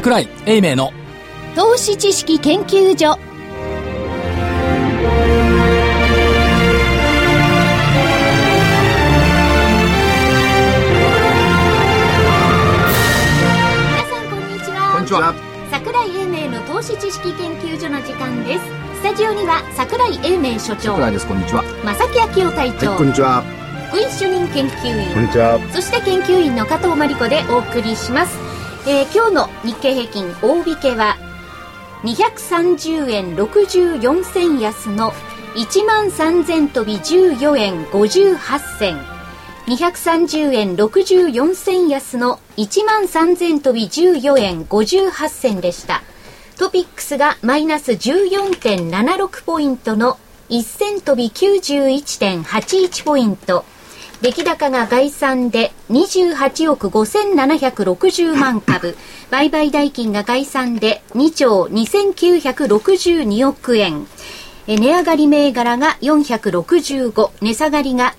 櫻井英明の投資知識研究所。皆さんこんにちは。 こんにちは。 櫻井英明の投資知識研究所の時間です。スタジオには櫻井英明所長、 櫻井です。こんにちは。 正木昭夫隊長、 はい、こんにちは。 福井主任研究員、 こんにちは。 そして研究員の加藤真理子でお送りします。今日の日経平均大引けは230円64銭安の 13,000 飛び14円58銭、230円64銭安の 13,000 飛び14円58銭でした。トピックスがマイナス 14.76 ポイントの1000飛び 91.81 ポイント、出来高が概算で28億5760万株、売買代金が概算で2兆2962億円、値上がり銘柄が465、値下がりが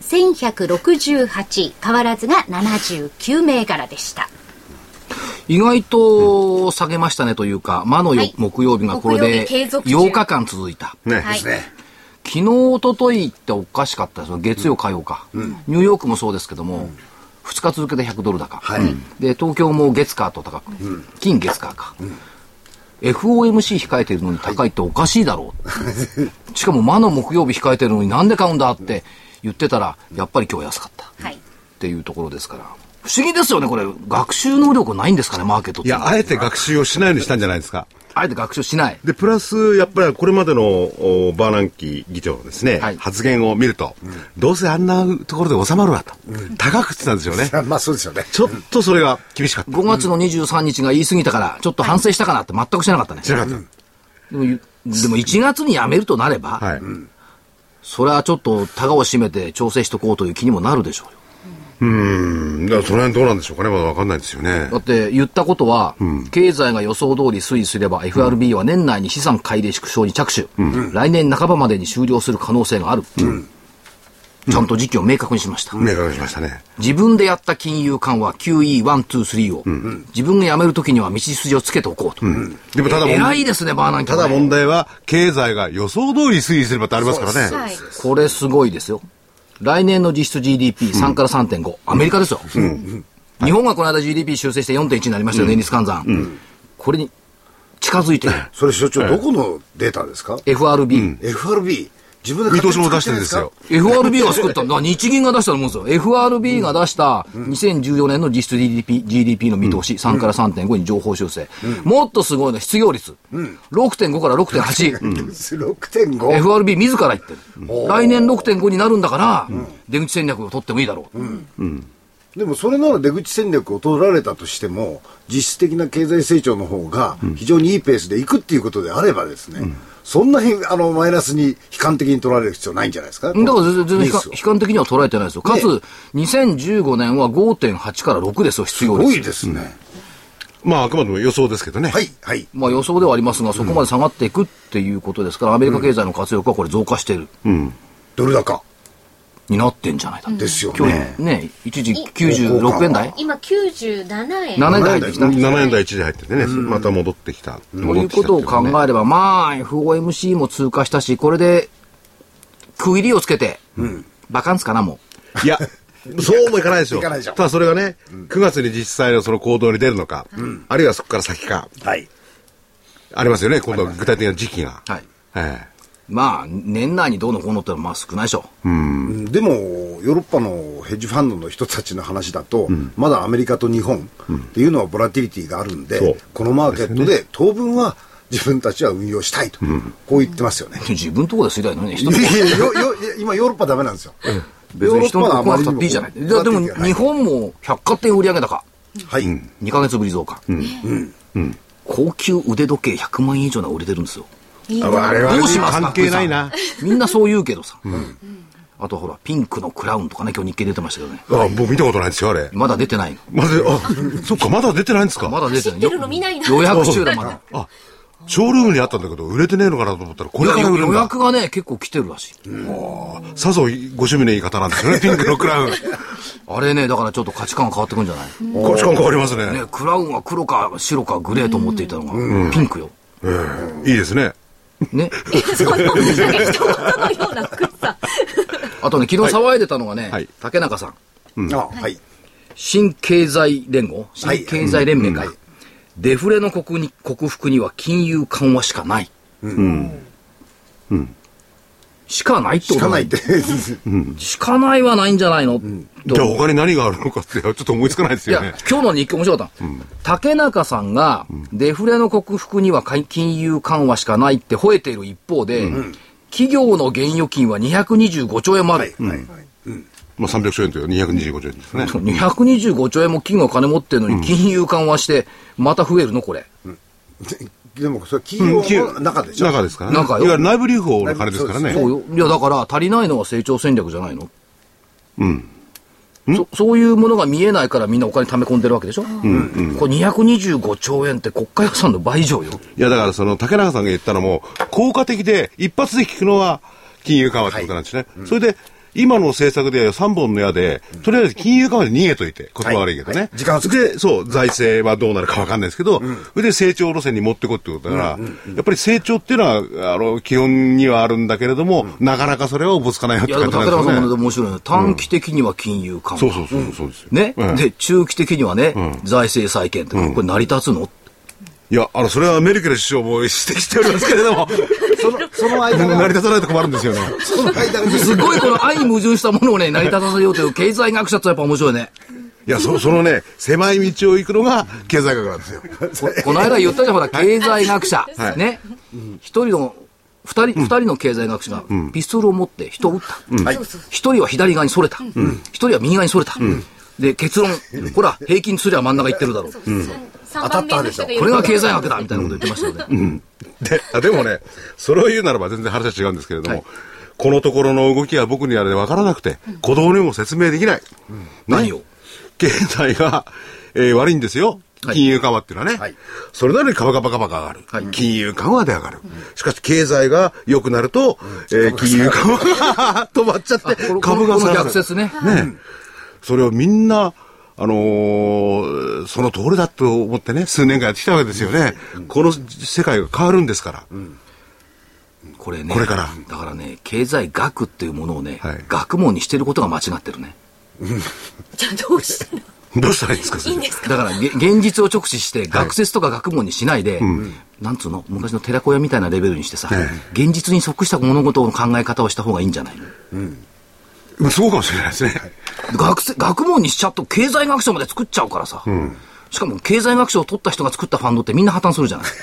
1168、変わらずが79銘柄でした。 意外と下げましたねというか、魔の、はい、木曜日がこれで8日間続いた、 ね、 はい、 ですね。 昨日一昨日っておかしかったですよ。月曜火曜か、ニューヨークもそうですけども、2日続けて100ドル高、はい、で東京も月火と高く、金月火か、FOMC 控えてるのに高いっておかしいだろう、しかも魔の木曜日控えてるのになんで買うんだって言ってたら、やっぱり今日安かった、はい、っていうところですから、不思議ですよね。これ学習能力ないんですかね、マーケットって。 いや、あえて学習をしないようにしたんじゃないですか。 あえて学習しない。 で、プラス、やっぱりこれまでのバーナンキ議長のですね、はい、発言を見ると、どうせあんなところで収まるわと、高く言ってたんですよね。 まあそうですよね。 ちょっとそれが厳しかった。 5月の23日が言い過ぎたから、ちょっと反省したかなって全くしなかったね。 しなかった。 でも1月に辞めるとなれば、はい、それはちょっとタガを締めて調整しとこうという気にもなるでしょうよ。 だからその辺どうなんでしょうかね。まだ分かんないですよね。 だって言ったことは、経済が予想通り推移すれば FRB は年内に資産買い入れ縮小に着手、来年半ばまでに終了する可能性がある、ちゃんと時期を明確にしました。 明確にしましたね。 自分でやった金融緩和 QE1,2,3 を、自分が辞めるときには道筋をつけておこうと、 でもただ偉いですね、バーナンキャ。 ただ問題は経済が予想通り推移すればってありますからね。 これすごいですよ。来年の実質 GDP3 から 3.5、アメリカですよ、日本がこの間 GDP 修正して 4.1 になりましたよ、年率換算、これに近づいてる。 それ所長、どこのデータですか？ FRB、 自分で見通しも出してるんですよ。 FRB が作ったんだ。日銀が出したと思うんですよ。FRB が出した2014年の実質 GDP の見通し、3から 3.5 に上方修正、もっとすごいのは失業率、6.5 から 6.8、FRB 自ら言ってる。来年 6.5 になるんだから、出口戦略を取ってもいいだろう、 でもそれなら出口戦略を取られたとしても、実質的な経済成長の方が非常にいいペースでいくっていうことであればですね、そんなにマイナスに悲観的に取られる必要ないんじゃないですか。 だから全然悲観的には捉えてないですよ。かつ、2015年は 5.8 から 6 ですよ、失業率。 すごいですね。 まああくまでも予想ですけどね。 はいはい。 まあ予想ではありますが、そこまで下がっていくっていうことですから、アメリカ経済の活力はこれ増加している。 ドル高になってんじゃないかですよね。 今日ね、一時96円台、 今97円 7円台入ってきた。 7円台一時入っててね、また戻ってきた。 ということを考えれば、まあ FOMC も通過したし、これで区切りをつけて、バカンスかな、もう。いや、そうもいかないですよ。ただそれがね、9月に実際のその行動に出るのか、あるいはそこから先か、ありますよね、今度は具体的な時期が。 まあ年内にどうのこうのってのはまあ少ないでしょう。 でもヨーロッパのヘッジファンドの人たちの話だと、まだアメリカと日本っていうのはボラティリティがあるんで、このマーケットで当分は自分たちは運用したいと、こう言ってますよね。 自分のところで吸いたいのね。 今ヨーロッパダメなんですよ。 別に人のところは買っていいじゃない。でも日本も百貨店売上高、2ヶ月ぶり増加、高級腕時計100万円以上が売れてるんですよ。 我々に関係ないな。 みんなそう言うけどさ、あとほらピンクのクラウンとかね、今日日経出てましたけどね。 僕見たことないですよ、あれ。 まだ出てないの。 そっか、まだ出てないんですか。 まだ出てない。 知ってるの見ないな。 予約中だ、まだ。 ショールームにあったんだけど売れてねえのかなと思ったらこれから売れるんだ。 予約がね結構来てるらしい。 さぞご趣味の言い方なんですよねピンクのクラウン。 あれねだからちょっと価値観変わってくんじゃない？ 価値観変わりますね。 クラウンは黒か白かグレーと思っていたのが、ピンクよ。 いいですね。 ね。そんな一言のような服さ。 あとね昨日騒いでたのがね、竹中さん。新経済連合、新経済連盟か。デフレの克服には金融緩和しかない。しかないってことない。しかないはないんじゃないの、 じゃあ他に何があるのかってちょっと思いつかないですよね。 いや今日の日記面白かった、竹中さんが、デフレの克服には金融緩和しかないって吠えている一方で、企業の現預金は225兆円もある。 まあ300兆円という225兆円ですね。 225兆円も金が金持ってるのに金融緩和してまた増えるのこれ。 でもそれ企業の中でしょ。 中ですからね。いわゆる内部留保の金ですからね。 そうよ。いやだから足りないのは成長戦略じゃないの。そういうものが見えないからみんなお金貯め込んでるわけでしょ。これ225兆円って国家予算の倍以上よ。 いやだからその竹中さんが言ったのも効果的で一発で効くのは金融緩和ってことなんですね。それで今の政策では3本の矢で、とりあえず金融緩和で逃げといて、言葉悪いけどね。 時間で、そう、財政はどうなるか分かんないですけど、それで成長路線に持ってこいってことだから、やっぱり成長っていうのは、基本にはあるんだけれども、なかなかそれはおぼつかないよって感じなんですよね。 いや、竹中さんも面白いね。短期的には金融緩和。 そうですよ。 ね。で、中期的にはね、財政再建って、これ成り立つの？ いや、それはメルケル首相も指摘しておりますけれども、 その間が成り立たないと困るんですよね。 その間がすごいこの相矛盾したものをね、成り立たせようという経済学者ってやっぱ面白いね。 いや、そのね、狭い道を行くのが経済学なんですよ。 この間言ったじゃん、ほら、経済学者。ね。二人の経済学者がピストルを持って人を撃った。一人は左側にそれた。一人は右側にそれた。で、結論、ほら、平均すりゃ真ん中行ってるだろう。 当たったでしょ。 これが経済学だみたいなこと言ってましたよね。 でもね、それを言うならば全然話は違うんですけれども、このところの動きは僕にあれで分からなくて、子供にも説明できない。 何を？ 経済が、悪いんですよ。金融緩和っていうのはね。それなのに株がバカバカ上がる。金融緩和で上がる。しかし経済が良くなると、金融緩和が止まっちゃって株が下がる。 逆説ね。 それをみんな、その通りだと思ってね、数年間やってきたわけですよね。この世界が変わるんですから。 これね、 これから。 だからね、経済学っていうものをね、学問にしてることが間違ってるね。 じゃあどうしたの？ どうしたらいいんですか？ いいんですか？ だから現実を直視して学説とか学問にしないで、なんつうの昔の寺子屋みたいなレベルにしてさ、現実に即した物事の考え方をした方がいいんじゃないの？ そうかもしれないですね。 学問にしちゃうと経済学者まで作っちゃうからさ、しかも経済学賞を取った人が作ったファンドってみんな破綻するじゃない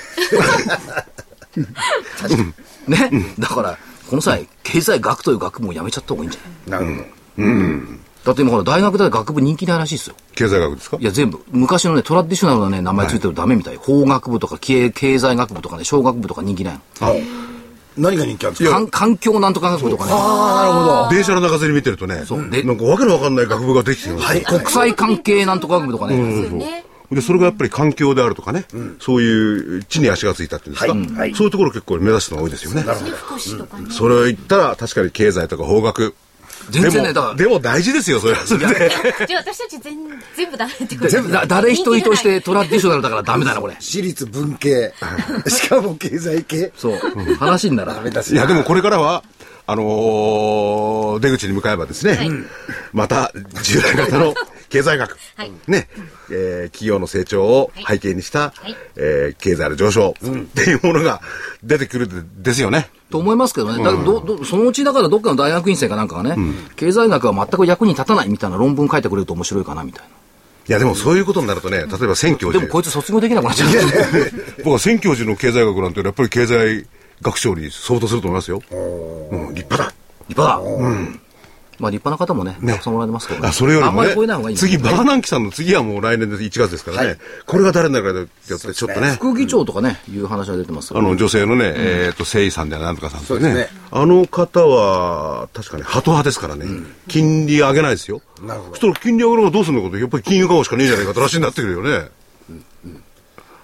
ね、だからこの際経済学という学問をやめちゃった方がいいんじゃない？なるほど。だって今ほら大学で学部人気ないらしいですよ。 経済学ですか？ いや全部昔のねトラディショナルなね名前ついてるとダメみたい。法学部とか経済学部とかね商学部とか人気ないの。 何が人気あるんですか？ 環境なんとか学部とかね。 なるほど。 電車の中吊り見てるとね、なんかわけのわかんない学部ができてるんですよ。 国際関係なんとか学部とかね。 でそれがやっぱり環境であるとかね、そういう地に足がついたっていうんですか、そういうところ結構目指すのが多いですよね。それを言ったら確かに経済とか法学全然ね、だからでも大事ですよそれはそれで。 じゃあ私たち全部ダメってこと？ 誰一人としてトラディショナルだからダメだなこれ。 私立文系しかも経済系。 そう話にならない。 いやでもこれからは出口に向かえばですね、また従来型の経済学、ね、企業の成長を背景にした、経済の上昇っていうものが出てくるですよね。 と思いますけどね。そのうちだからどっかの大学院生かなんかがね、経済学は全く役に立たないみたいな論文書いてくれると面白いかなみたいな。 いやでもそういうことになるとね、例えば宣教授でもこいつ卒業できなくなっちゃう。 僕は宣教授の経済学なんてやっぱり経済学賞に相当すると思いますよ。立派だ。 立派だ。まあ立派な方もね、たくさんおられますけどね。 それよりもね、 あんまり超えない方がいい。 次、バーナンキさんの次はもう来年で1月ですからね。これが誰になるかで、ちょっとね。 副議長とかね、いう話が出てますからね。女性のね、誠意さんではなんとかさんですね。あの方は、確かにハト派ですからね。金利上げないですよ。そしたら金利上げるのがどうするのかと、やっぱり金融緩和しかねえじゃないかって話になってくるよね。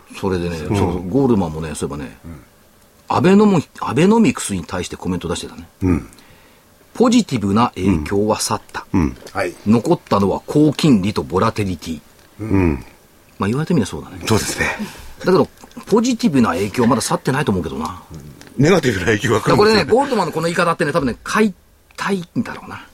それでね、ゴールドマンもね、そういえばね、アベノミクスに対してコメント出してたね。ポジティブな影響は去った。残ったのは高金利とボラテリティ。まあ言われてみればそうだね。 そうですね。 だけど、ポジティブな影響はまだ去ってないと思うけどな。 ネガティブな影響が来るんですよね。 これね、ゴールドマンのこの言い方ってね、多分ね、買いたいんだろうな。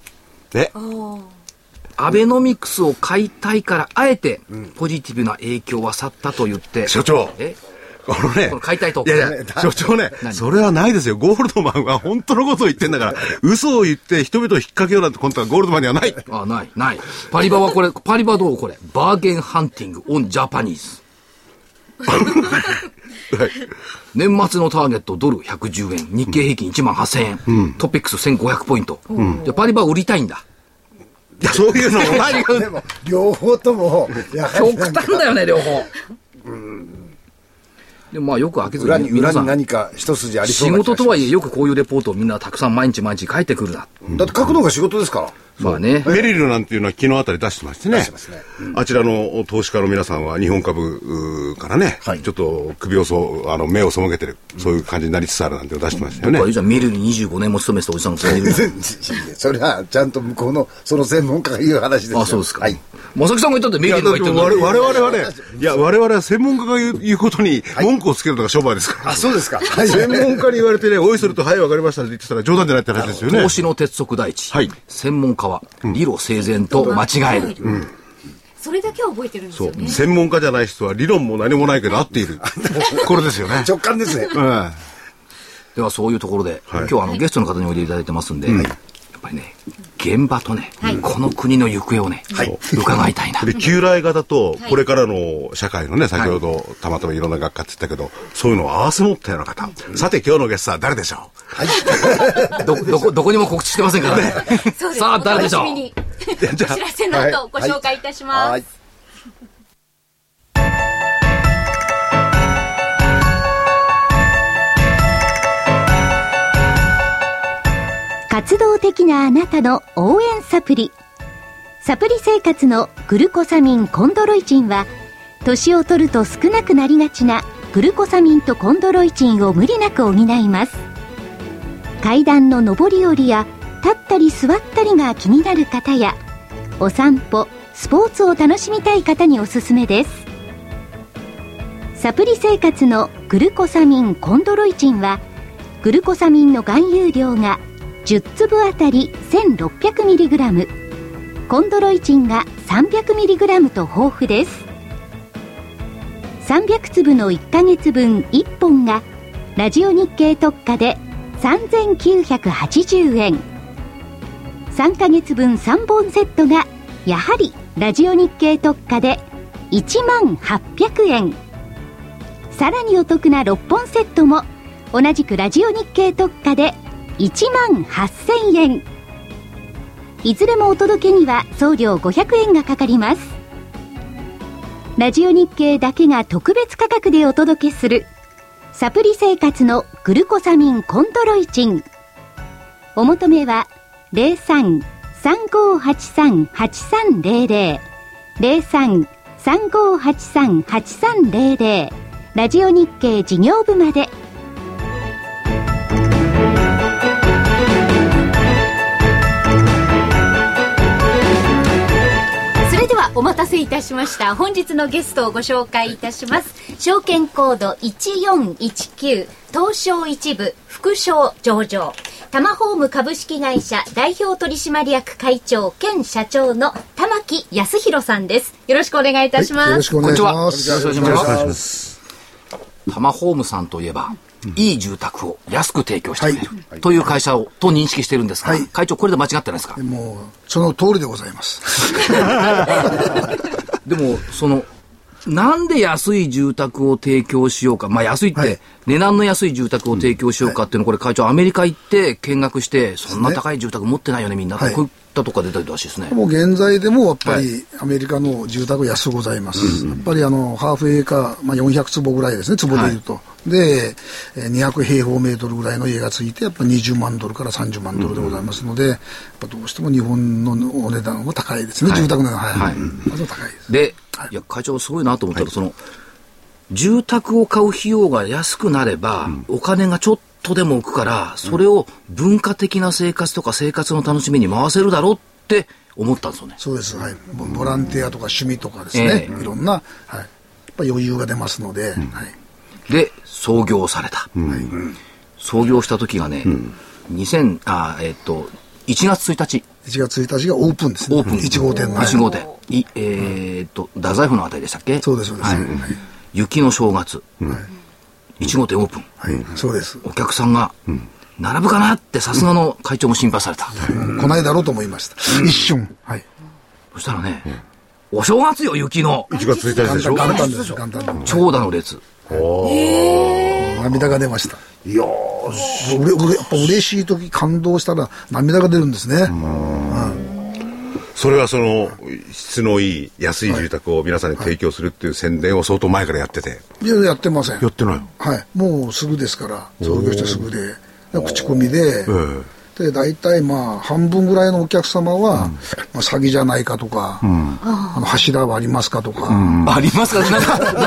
アベノミクスを買いたいから、あえて、ポジティブな影響は去ったと言って。 所長。このね。 この買いたいと。 いや、所長ね、それはないですよ。ゴールドマンは本当のことを言ってんだから、嘘を言って人々を引っ掛けようなんて、本当はゴールドマンにはない。 ない。パリバはこれ、パリバどうこれ。バーゲンハンティングオンジャパニーズ。年末のターゲットドル110円、日経平均18,000円、トピックス1500ポイント。じゃパリバ売りたいんだ。 いや、そういうのもない。 でも、両方とも、 極端だよね、両方。でもまあよく開けずに裏に何か一筋ありそうな仕事とはいえよくこういうレポートをみんなたくさん毎日書いてくるな。 だって書くのが仕事ですから。 まあね。 メリルなんていうのは昨日あたり出してましてね。出してますね。あちらの投資家の皆さんは日本株からね、ちょっと目を背けてる、そういう感じになりつつあるなんて出してましたよね。 じゃあメリルに25年も勤めてたおじさんがいる。 それはちゃんと向こうのその専門家が言う話ですよ。 あ、そうですか。はい。正木さんが言ったってメリルが言ってる我々はね、我々は専門家が言うことに文句をつけるのが商売ですから。 あ、そうですか。 専門家に言われてね、おいすると、はい、わかりましたって言ってたら冗談じゃないって話ですよね。 投資の鉄則第一。専門家は理路整然と間違える。 それだけは覚えてるんですよね。 専門家じゃない人は理論も何もないけど合っている。これですよね。 直感ですね。 ではそういうところで、今日はゲストの方においでいただいてますんで、やっぱりね、現場とね、この国の行方をね、伺いたいな。 で、旧来型と、これからの社会のね、先ほど、たまたまいろんな学科って言ったけど、そういうのを合わせ持ったような方。さて、今日のゲストは誰でしょう？ どこにも告知してませんからね。さあ、誰でしょう？ お知らせの後、ご紹介いたします。活動的なあなたの応援サプリ。サプリ生活のグルコサミンコンドロイチンは、年を取ると少なくなりがちなグルコサミンとコンドロイチンを無理なく補います。階段の上り下りや立ったり座ったりが気になる方や、お散歩、スポーツを楽しみたい方におすすめです。サプリ生活のグルコサミンコンドロイチンは、グルコサミンの含有量が10粒あたり 1600mg、 コンドロイチンが 300mg と豊富です。300粒の1ヶ月分1本がラジオ日経特価で3980円、3ヶ月分3本セットがやはりラジオ日経特価で10800円、さらにお得な6本セットも同じくラジオ日経特価で18000円。いずれもお届けには送料500円がかかります。ラジオ日経だけが特別価格でお届けするサプリ生活のグルコサミンコンドロイチン。お求めは 03-3583-8300 03-3583-8300 ラジオ日経事業部まで。お待たせいたしました。本日のゲストをご紹介いたします。証券コード1419、東証一部副賞上場、タマホーム株式会社代表取締役会長兼社長の玉木康弘さんです。よろしくお願いいたします。 よろしくお願いします。 よろしくお願いします。タマホームさんといえば、いい住宅を安く提供してくれる、という会社をと認識してるんですが、会長これで間違ってないですか？ もうその通りでございます。 でもなんで安い住宅を提供しようか、まあ安いって、値段の安い住宅を提供しようかっていうの、これ会長アメリカ行って見学して、そんな高い住宅持ってないよねみんな、こういったとこが出たりらしいですね。 もう現在でもやっぱりアメリカの住宅安ございます。やっぱりハーフエーカー、まあ、400坪ぐらいですね、坪でいうと。で、200平方メートルぐらいの家がついて、やっぱ20万ドルから30万ドルでございますので、やっぱどうしても日本のお値段は高いですね、住宅の値段は。まず高いです。 で、いや、会長すごいなと思ったら、 住宅を買う費用が安くなれば、お金がちょっとでも浮くから、それを文化的な生活とか生活の楽しみに回せるだろうって思ったんですよね。 そうです。はい。ボランティアとか趣味とかですね。いろんな、はい。やっぱ余裕が出ますので、はい。 で、創業された。創業した時がね、1月1日。 1月1日がオープンですね。 オープン。 1号店の。 1号店。太宰府のあたりでしたっけ？ そうです、そうです。 雪の正月。1号店オープン。 はい、そうです。 お客さんが、並ぶかなってさすがの会長も心配された。 来ないだろうと思いました。一瞬。はい。 そしたらね、お正月よ、雪の。 1月1日でしょ？ 元旦です、元旦。 長蛇の列。 涙が出ました。 いややっぱ嬉しい時感動したら涙が出るんですね。 それはその質のいい安い住宅を皆さんに提供するっていう宣伝を相当前からやってて。 いや、やってません。 やってない。 はい。もうすぐですから、創業してすぐで、口コミで、で、大体まあ、半分ぐらいのお客様は、まあ、詐欺じゃないかとか、柱はありますかとか。 ありますか？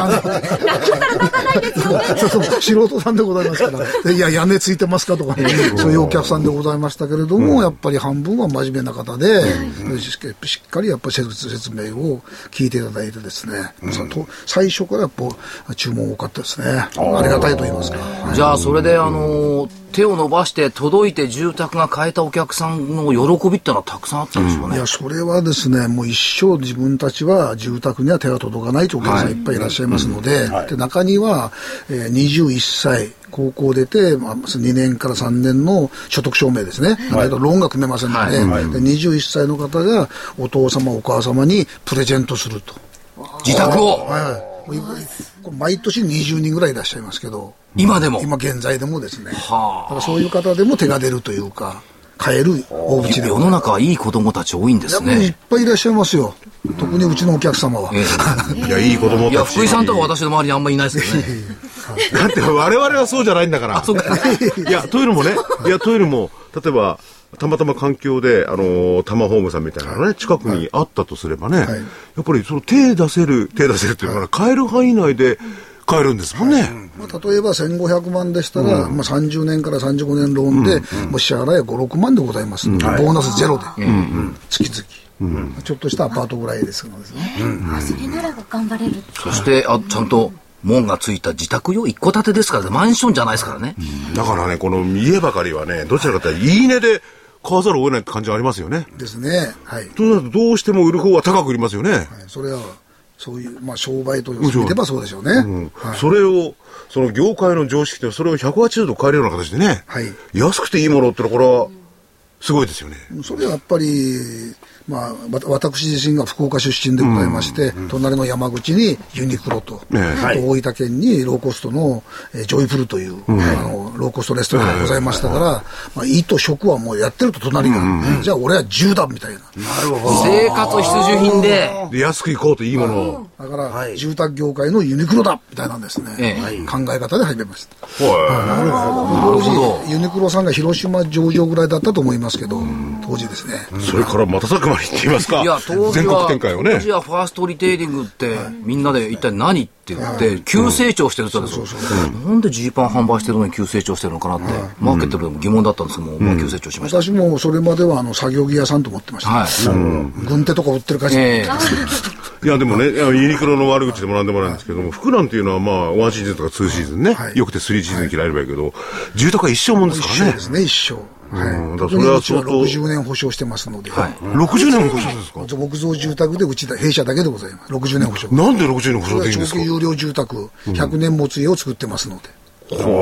素人さんでございますから、いや、屋根ついてますかとか、そういうお客さんでございましたけれども、やっぱり半分は真面目な方で、しっかりやっぱり説明を聞いていただいてですね、最初からやっぱ注文多かったですね。ありがたいと言いますか。 じゃあ、それで手を伸ばして届いて住宅が買えたお客さんの喜びってのはたくさんあったんでしょうね。 いや、それはですね、もう一生自分たちは住宅には手が届かないというお客さんいっぱいいらっしゃいますので、で中には、21歳、高校出て、2年から3年の所得証明ですね。ローンが組めませんので、で21歳の方がお父様お母様にプレゼントすると。 自宅を、 毎年20人ぐらいいらっしゃいますけど、 今でも今現在でもですね、だからそういう方でも手が出るというか、買える大口で。 世の中はいい子供たち多いんですね。 いっぱいいらっしゃいますよ。特にうちのお客様は。 いや、いい子供たち。 いや、福井さんとか私の周りにあんまりいないですけどね。 だって我々はそうじゃないんだから。 そうか。 いや、というのもね、例えば、たまたま環境で、タマホームさんみたいなのね、近くにあったとすればね、やっぱりその手出せるっていうのは、買える範囲内で買えるんですもんね。 例えば1500万でしたら、30年から35年ローンで、もう支払いは5、6万でございますので、ボーナスゼロで、月々。ちょっとしたアパートぐらいですのでね。 それなら頑張れる。 そして、ちゃんと、門がついた自宅よ、一戸建てですからね、マンションじゃないですからね。 だからね、この家ばかりはね、どちらかというと、言い値で買わざるを得ないって感じがありますよね。 ですね。はい。 となると、どうしても売る方は高く売りますよね。 それは、そういう、商売と見ればそうでしょうね。 それを、その業界の常識で、それを180度変えるような形でね、安くていいものってのは、これは、すごいですよね。 それはやっぱり、私自身が福岡出身でございまして、隣の山口にユニクロと、大分県にローコストのジョイフルという、ローコストレストランがございましたから、衣と食はもうやってると隣が、じゃあ俺は10だみたいな。 なるほど。生活必需品で。 安く行こうといいものを。 だから、住宅業界のユニクロだみたいなんですね。考え方で始めました。 なるほど。 ユニクロさんが広島上場ぐらいだったと思いますけど、当時ですね。 それから瞬く間にって言いますか。 いや、 全国展開をね。 当時はファーストリテイリングって、みんなで一体何って言って、急成長してるって言ったんですよ。なんでジーパン販売してるのに急成長してるのかなって、マーケットでも疑問だったんですけども、急成長しました。 私もそれまでは作業着屋さんと思ってました。軍手とか売ってる会社。 いや、でもね、ユニクロの悪口でもなんでもないんですけども、服なんていうのは1シーズンとか2シーズンね、よくて3シーズン着られればいいけど、住宅は一生もんですからね。 一生ですね、一生。 だからそれは相当 60年保証してますので。 60年も保証ですか？ 木造住宅でうち弊社だけでございます。60年保証。 なんで60年保証できるんですか？ 長期有料住宅、100年持つ家を作ってますので。じゃあ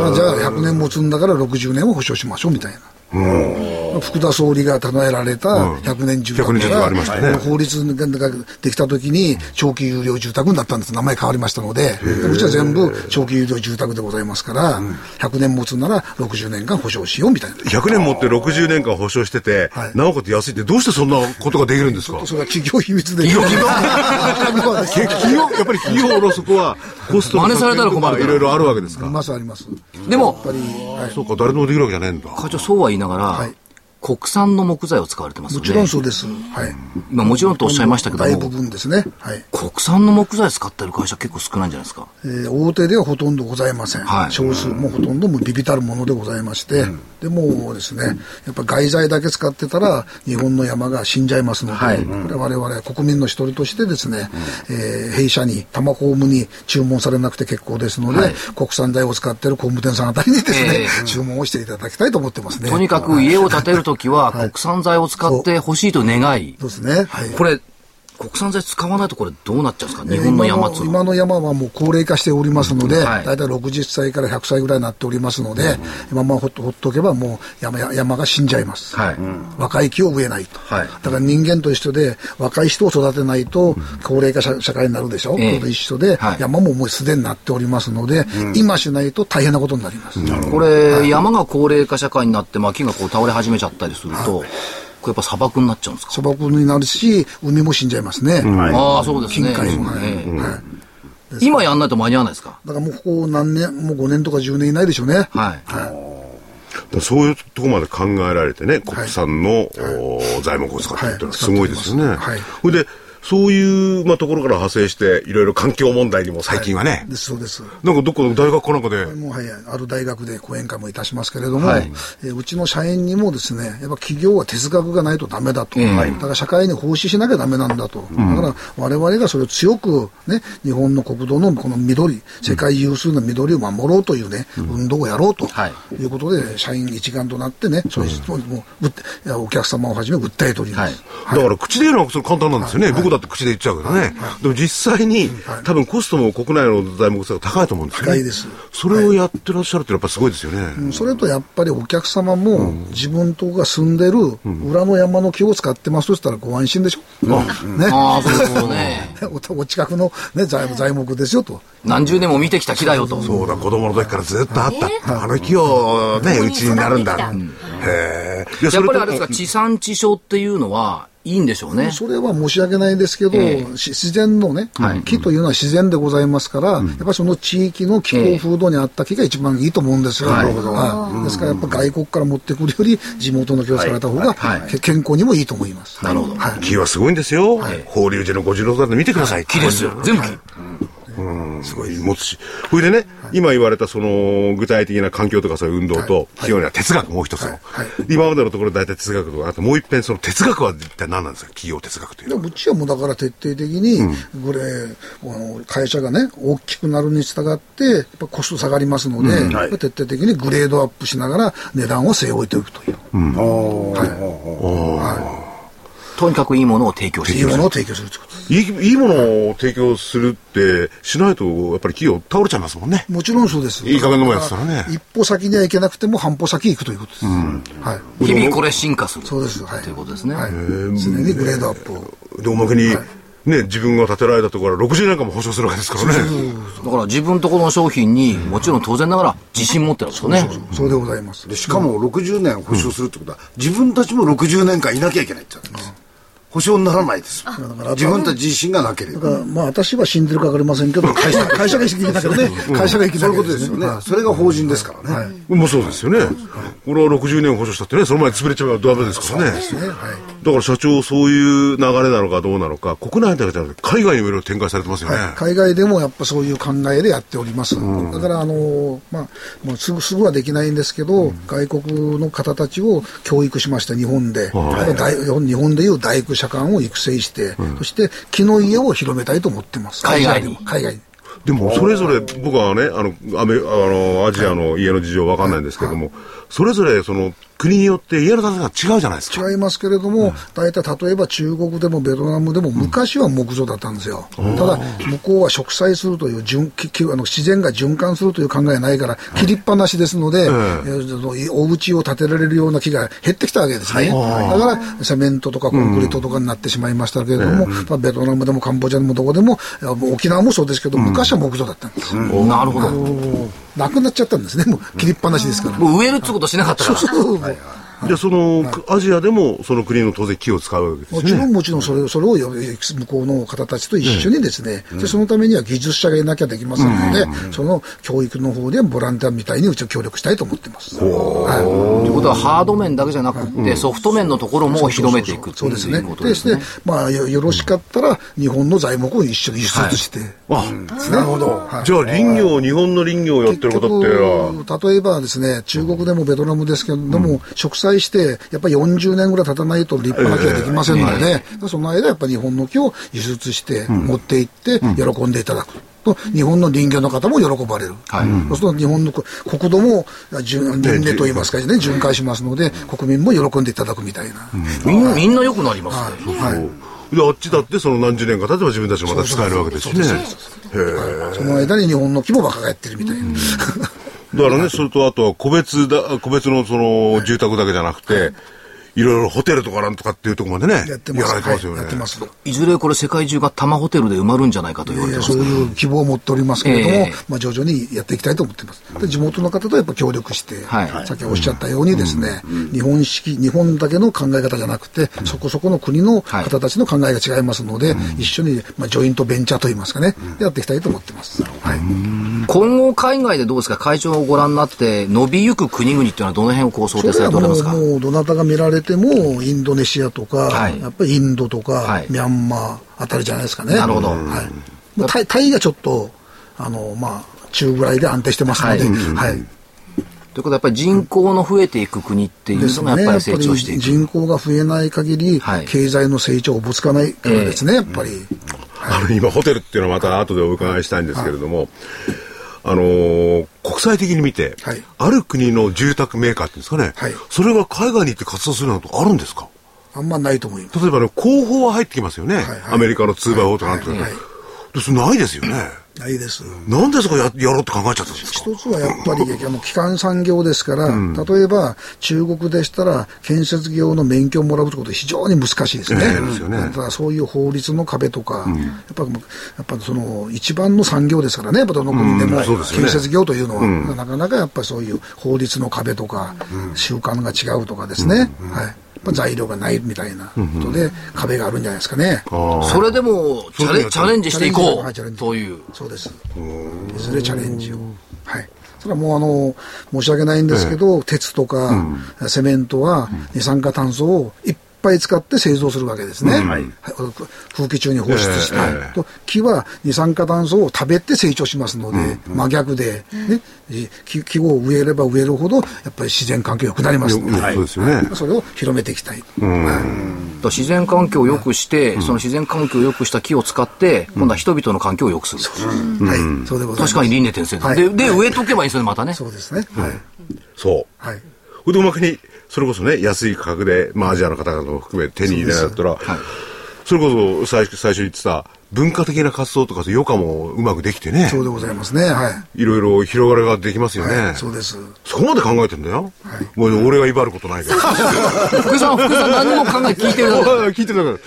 100年持つんだから60年を保証しましょうみたいな。福田総理が唱えられた100年住宅が法律ができた時に長期有料住宅になったんです。名前変わりましたので、うちは全部長期有料住宅でございますから、100年持つなら60年間保証しようみたいな。 100年持って60年間保証してて、なおかつ安いってどうしてそんなことができるんですか？ それは企業秘密で。 やっぱり企業のそこはコスト真似されたら困る。 いろいろあるわけですか？ ありますあります。 でも、 そうか、誰でもできるわけじゃないんだ。 会長、そうは言いながら、 国産の木材を使われてますよね。 もちろんそうです。はい。 今もちろんとおっしゃいましたけども。 大部分ですね。はい。 国産の木材使ってる会社結構少ないんじゃないですか。 大手ではほとんどございません。 はい。 少数もほとんどもビビたるものでございまして、でもですね、やっぱ外材だけ使ってたら日本の山が死んじゃいますので、これは我々国民の一人としてですね、弊社に多摩工務に注文されなくて結構ですので、国産材を使っている工務店さんあたりにですね、注文をしていただきたいと思ってますね。 とにかく家を建てるときは国産材を使ってほしいと願い。 そうですね。はい。 これ国産材使わないとこれどうなっちゃうんですか、日本の山っていうのは。 今の山はもう高齢化しておりますので、だいたい60歳から100歳ぐらいになっておりますので、今ほっとけばもう山が死んじゃいます。若い木を植えないと。だから人間と一緒で若い人を育てないと高齢化社会になるでしょ。それと一緒で、山ももうすでになっておりますので、今しないと大変なことになります。 これ、山が高齢化社会になって木がこう倒れ始めちゃったりすると、これやっぱ砂漠になっちゃうんですか。 砂漠になるし、海も死んじゃいますね。 ああ、そうですね。 近海も。 今やんないと間に合わないですか。 だからもうここ何年、もう5年とか10年以内でしょうね。 そういうところまで考えられてね、国産の材木を使ってるってのはすごいですよね。それでそういう、ところから派生していろいろ環境問題にも最近はね、 そうです。 なんかどっかの大学かなんかでもうある大学で講演会もいたしますけれども、うちの社員にもですね、やっぱ企業は哲学がないとダメだと、だから社会に奉仕しなきゃダメなんだと、だから我々がそれを強くね、日本の国土のこの緑、世界有数の緑を守ろうというね、運動をやろうということで、社員一丸となってね、そういう人もお客様をはじめ訴えております。 だから口で言うのはそれ簡単なんですよね。僕だって口で言っちゃうけどね。でも実際に多分コストも国内の材木が高いと思うんですよね。 高いです。 それをやってらっしゃるってやっぱすごいですよね。 それとやっぱりお客様も自分とこが住んでる裏の山の木を使ってますとしたらご安心でしょ。ね。 ああ、そうですよね。 お近くのね材木ですよと。 何十年も見てきた木だよと。 そうだ、子供の時からずっとあった。あの木をね、うちになるんだ。へえ。 やっぱりあれですか、地産地消っていうのはいいんでしょうね。 それは申し訳ないですけど、自然のね、木というのは自然でございますから、やっぱりその地域の気候風土に合った木が一番いいと思うんですよ。ですからやっぱ外国から持ってくるより地元の木を使われた方が健康にもいいと思います。 なるほど。 木はすごいんですよ。法隆寺の五重塔だって見てください。 木ですよ。全部木。 すごい持つし。それでね、今言われたその具体的な環境とかそういう運動と、企業には哲学もう一つの。今までのところ大体哲学とか、あともう一遍その哲学は一体何なんですか、企業哲学というのは。 うちはもうだから徹底的に、会社がね、大きくなるに従って、やっぱコスト下がりますので、徹底的にグレードアップしながら値段を据え置いておくという。 とにかくいいものを提供する。 いいものを提供するということです。 いいものを提供するってしないとやっぱり企業倒れちゃいますもんね。 もちろんそうです。 いい加減のもんやつからね。 一歩先には行けなくても半歩先行くということです。 日々これ進化する。 そうです。 ということですね。 常にグレードアップを。 でおまけにね、自分が建てられたところは60年間も保証するわけですからね。 だから自分のところの商品にもちろん当然ながら自信持ってるんですよね。 そうでございます。 でしかも60年保証するってことは、自分たちも60年間いなきゃいけないって言ったんです。保証にならないです。自分たち自身がなければ。 だから私は死んでるか分かりませんけど、会社が生きてたけどね。会社が生きてたそういうことですよね。それが法人ですからね。 もうそうですよね。これは60年保証したってね、その前に潰れちゃうとダメですからね。だから社長、そういう流れなのかどうなのか、国内だけじゃなくて海外にもいろいろ展開されてますよね。 海外でもやっぱそういう考えでやっております。だからもうすぐはできないんですけど、外国の方たちを教育しました、日本で。日本でいう大工社官を育成して、そして木の家を広めたいと思ってます。 海外に。 でもそれぞれ僕はね、アジアの家の事情わかんないんですけども、それぞれその国によって家の建て方違うじゃないですか。 違いますけれども、大体例えば中国でもベトナムでも昔は木造だったんですよ。ただ向こうは植栽するという自然が循環するという考えないから切りっぱなしですので、お家を建てられるような木が減ってきたわけですね。だからセメントとかコンクリートとかになってしまいましたけれども、ベトナムでもカンボジアでもどこでも沖縄もそうですけど、昔は木造だったんです。 なるほど。 なくなっちゃったんですね。もう切りっぱなしですから。 もう植えるってことしなかったから。 じゃあその、アジアでもその国の当然木を使うわけですね。 もちろんそれを向こうの方たちと一緒にですね、でそのためには技術者がいなきゃできませんので、その教育の方でボランティアみたいにうちは協力したいと思ってます。ということはハード面だけじゃなくて、ソフト面のところも広めていくということですね。 まあよろしかったら日本の材木を一緒に輸出して、 なるほど。じゃあ林業、日本の林業をやってることって例えばですね、中国でもベトナムですけれども、植栽してやっぱり40年ぐらい経たないと立派な木はできませんので、その間やっぱり日本の木を輸出して持っていって喜んでいただく。日本の林業の方も喜ばれる、そうすると日本の国土も林根といいますかね、巡回しますので国民も喜んでいただくみたいな、 みんな良くなりますね。 であっちだってその何十年か経てば自分たちもまた使えるわけですしね。 その間に日本の木もバカがやってるみたいなだからね、それとあとは個別のその住宅だけじゃなくて、いろいろホテルとかなんとかっていうところまでね、やられてますよね。 いずれこれ世界中が多摩ホテルで埋まるんじゃないかと言われてます。 そういう希望を持っておりますけれども、まあ徐々にやっていきたいと思っています。で地元の方とやっぱ協力して、さっきおっしゃったようにですね、日本だけの考え方じゃなくて、そこそこの国の方たちの考えが違いますので、一緒にまあジョイントベンチャーといいますかね、やっていきたいと思ってます。 今後海外でどうですか、会長をご覧になって伸びゆく国々っていうのはどの辺をこう想定されておりますか。 もうどなたが見られてもインドネシアとか、やっぱりインドとか、ミャンマーあたりじゃないですかね。 なるほど。 タイがちょっとまあ中ぐらいで安定してますので、ということはやっぱり人口の増えていく国っていうのがやっぱり成長していく。 人口が増えない限り、経済の成長をおぼつかないからですね、やっぱり。 今ホテルっていうのはまた後でお伺いしたいんですけれども、国際的に見て、ある国の住宅メーカーっていうんですかね、それが海外に行って活動するなんてあるんですか。 あんまないと思います。 例えばね、工法は入ってきますよね、アメリカの 2x4 とかなんて、それないですよね。 ないです。 なんでそこやろうって考えちゃったんですか。 一つはやっぱり基幹産業ですから、例えば中国でしたら建設業の免許をもらうことは非常に難しいですね。ただそういう法律の壁とか、やっぱその一番の産業ですからね、やっぱどの国でも建設業というのは、なかなかやっぱりそういう法律の壁とか、習慣が違うとかですね。材料がないみたいなことで壁があるんじゃないですかね。 それでもチャレンジしていこうという。 そうです。いずれチャレンジを。それはもう申し訳ないんですけど、鉄とかセメントは二酸化炭素をいっぱい使って製造するわけですね。空気中に放出して、木は二酸化炭素を食べて成長しますので、真逆で、木を植えれば植えるほどやっぱり自然環境が良くなりますので、それを広めていきたい。 自然環境を良くして、その自然環境を良くした木を使って今度は人々の環境を良くする。 そうでございます。 確かに輪廻転生で植えとけばいいですよね、またね。 そうですね。 そう。でおまけにそれこそね、安い価格で、アジアの方々も含めて手に入れないだったら、それこそ最初言ってた文化的な活動とか余暇もうまくできてね。 そうでございますね。 いろいろ広がりができますよね。 そうです。 そこまで考えてんだよ。もう俺が威張ることないけど。 福井さん何も考え聞いてるだけ。 聞いてるだ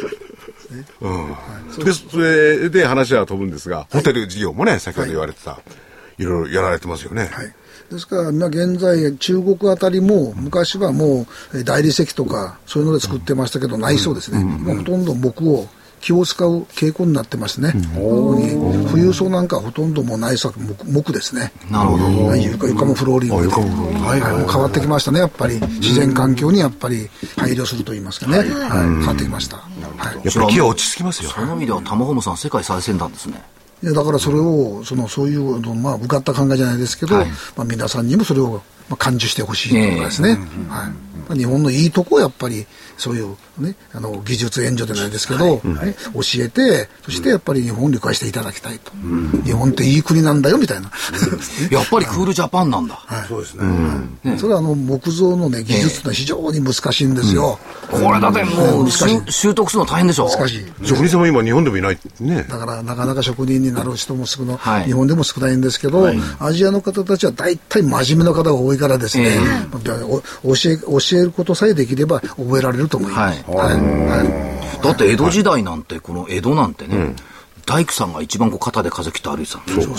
け。で、それで話は飛ぶんですが、ホテル事業もね、先ほど言われてた、いろいろやられてますよね。 ですから現在中国あたりも昔はもう大理石とかそういうので作ってましたけど、ないそうですね。今ほとんど木を木を使う傾向になってますね。富裕層なんかはほとんどもう内装木ですね。 なるほど。 床もフローリングで、もう変わってきましたね。やっぱり自然環境にやっぱり配慮すると言いますかね。変わってきました。 やっぱり木は落ち着きますよ。 その意味ではタマホムさん世界最先端ですね。 だからそれをそういううがった考えじゃないですけど、皆さんにもそれを感受してほしいというかですね。日本のいいとこをやっぱりそういうね、技術援助じゃないですけど、教えて、そしてやっぱり日本を理解していただきたいと。日本っていい国なんだよみたいな。 やっぱりクールジャパンなんだ。 そうですね。 それは木造のね、技術って非常に難しいんですよ。 これだってもう習得するの大変でしょ。 難しい。 職人さんも今日本でもいないね。 だからなかなか職人になる人も日本でも少ないんですけど、アジアの方たちは大体真面目な方が多いからですね、教えることさえできれば覚えられると思います。 だって江戸時代なんて、この江戸なんてね、大工さんが一番肩で風切って歩いてたんですよ。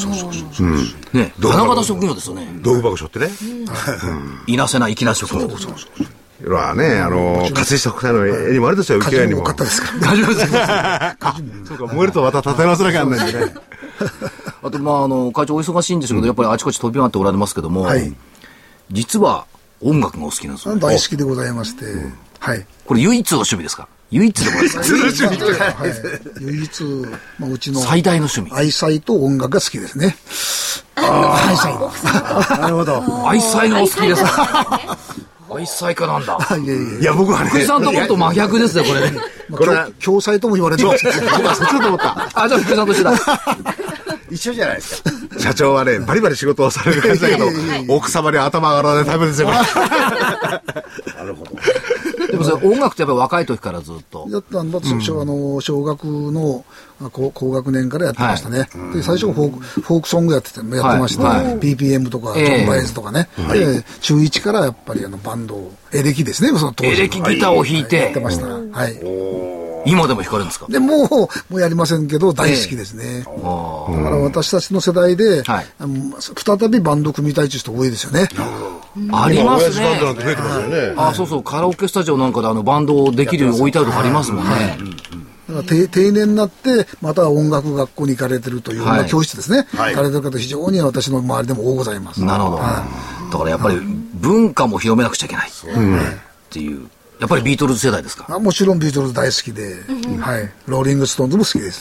ね、花形職業ですよね。 道具箱背負ってね。 いなせない粋な職業。 はね、加水した国際の絵にもあれですよ、 火事も多かったですから。 大丈夫ですそうか、燃えるとまた立て直さなきゃなんないんでね。 あと、会長お忙しいんでしょうけど、やっぱりあちこち飛び回っておられますけども、実は音楽がお好きなんですよ。 大好きでございまして、はい。 これ唯一の趣味ですか？唯一でもないですか？ 唯一、うちの最大の趣味。 愛妻と音楽が好きですね。愛妻。 なるほど。 愛妻がお好きです。愛妻家なんだ。 いや、僕はね。 福井さんと僕と真逆ですね、これね。 これは共済とも言われてます。 僕はそっちだと思った。 じゃあ福井さんと一緒だ。 一緒じゃないですか。 社長はね、バリバリ仕事をされる感じだけど、奥様に頭上がらないタイプですよ。 なるほど。 でもそれ音楽ってやっぱり若い時からずっと。 やったんだと、小学の高学年からやってましたね。で、最初フォークソングやってました。PPM とか、ジョン・バイズとかね。で、中1からやっぱりバンド、エレキですね、その当時。 エレキギターを弾いて。 やってました。はい。 今でも弾かれるんですか？ で、もうやりませんけど、大好きですね。だから私たちの世代で、再びバンド組みたいという人多いですよね。 ありますね。 バンドなんて増えてますよね。 そうそう、カラオケスタジオなんかでバンドをできるように置いてあるとこありますもんね。 だから定年になってまた音楽学校に行かれてるという、教室ですね、行かれてる方非常に私の周りでも多ございます。 なるほど。だからやっぱり文化も広めなくちゃいけないっていう。やっぱりビートルズ世代ですか？ もちろんビートルズ大好きで、ローリングストーンズも好きです。